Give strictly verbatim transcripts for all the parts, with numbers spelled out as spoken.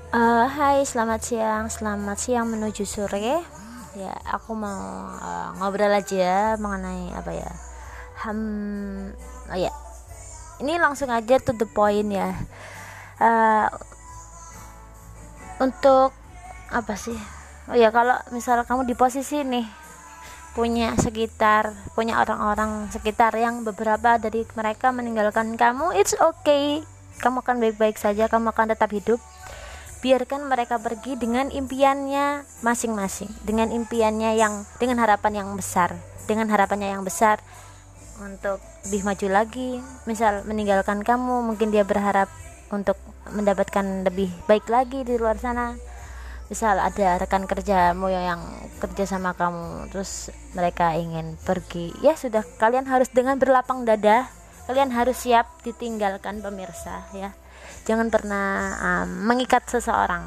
Eh, hai, selamat siang. Selamat siang menuju sore. Ya, aku mau eh, ngobrol aja mengenai apa ya? Hmm, oh ya, ini langsung aja to the point ya. Eh, untuk apa sih? Oh ya, kalau misal kamu di posisi nih punya sekitar, punya orang-orang sekitar yang beberapa dari mereka meninggalkan kamu, it's okay. Kamu akan baik-baik saja, kamu akan tetap hidup. Biarkan mereka pergi dengan impiannya masing-masing, dengan impiannya yang dengan harapan yang besar, dengan harapannya yang besar untuk lebih maju lagi. Misal meninggalkan kamu, mungkin dia berharap untuk mendapatkan lebih baik lagi di luar sana. Misal ada rekan kerjamu yang kerja sama kamu, terus mereka ingin pergi, ya sudah, kalian harus dengan berlapang dada, kalian harus siap ditinggalkan, pemirsa ya. Jangan pernah um, mengikat seseorang.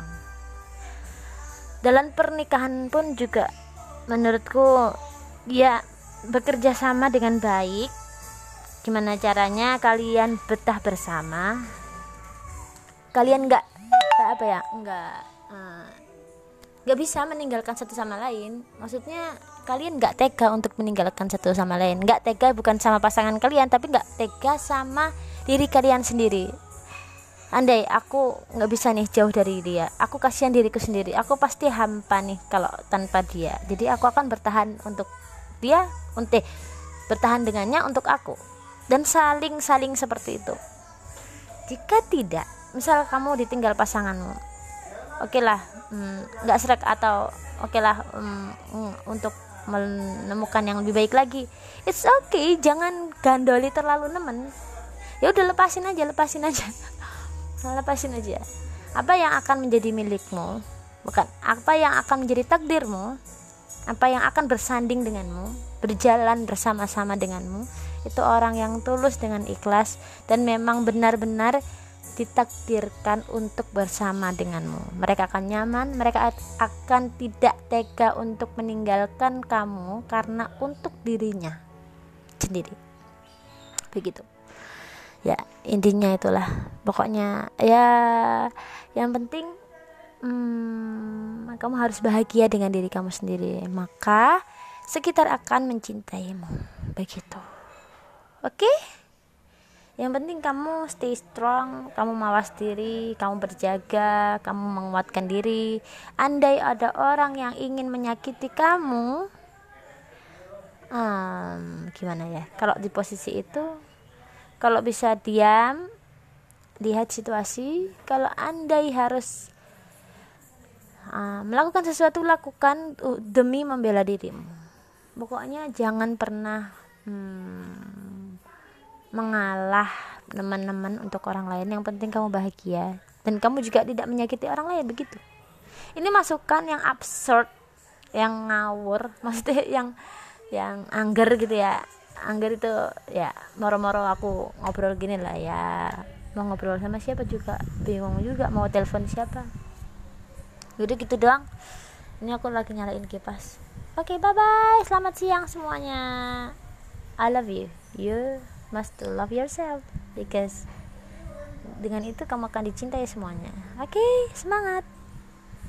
Dalam pernikahan pun juga menurutku ya, bekerja sama dengan baik. Gimana caranya kalian betah bersama, kalian nggak apa ya nggak uh, nggak bisa meninggalkan satu sama lain. Maksudnya kalian nggak tega untuk meninggalkan satu sama lain. Nggak tega bukan sama pasangan kalian, tapi nggak tega sama diri kalian sendiri. Andai aku nggak bisa nih jauh dari dia, aku kasihan diriku sendiri, aku pasti hampa nih kalau tanpa dia. Jadi aku akan bertahan untuk dia, untuk bertahan dengannya untuk aku, dan saling saling seperti itu. Jika tidak, misal kamu ditinggal pasanganmu, oke okay lah, nggak hmm, serak atau oke okay lah, hmm, hmm, untuk menemukan yang lebih baik lagi, it's okay. Jangan gandoli terlalu nemen. Ya udah, lepasin aja, lepasin aja. lepasin aja. Apa yang akan menjadi milikmu, bukan apa yang akan menjadi takdirmu, apa yang akan bersanding denganmu, berjalan bersama-sama denganmu, itu orang yang tulus dengan ikhlas dan memang benar-benar ditakdirkan untuk bersama denganmu. Mereka akan nyaman, mereka akan tidak tega untuk meninggalkan kamu karena untuk dirinya sendiri. Begitu. Ya, intinya itulah. Pokoknya ya, yang penting hmm, kamu harus bahagia dengan diri kamu sendiri, maka sekitar akan mencintaimu. Begitu. Oke? Okay? Yang penting kamu stay strong, kamu mawas diri, kamu berjaga, kamu menguatkan diri. Andai ada orang yang ingin menyakiti kamu, hmm, gimana ya? Kalau di posisi itu, kalau bisa diam, lihat situasi. Kalau andai harus uh, melakukan sesuatu, lakukan uh, demi membela dirimu. Pokoknya jangan pernah hmm, mengalah teman-teman untuk orang lain. Yang penting kamu bahagia dan kamu juga tidak menyakiti orang lain. Begitu. Ini masukan yang absurd, yang ngawur, maksudnya yang yang angger gitu ya. Angger itu ya, moro-moro aku ngobrol gini lah ya, mau ngobrol sama siapa juga bingung juga mau telepon siapa. Udah gitu doang. Ini aku lagi nyalain kipas. Oke, okay, bye bye, selamat siang semuanya. I love you. You must love yourself, because dengan itu kamu akan dicintai semuanya. Oke, okay, semangat.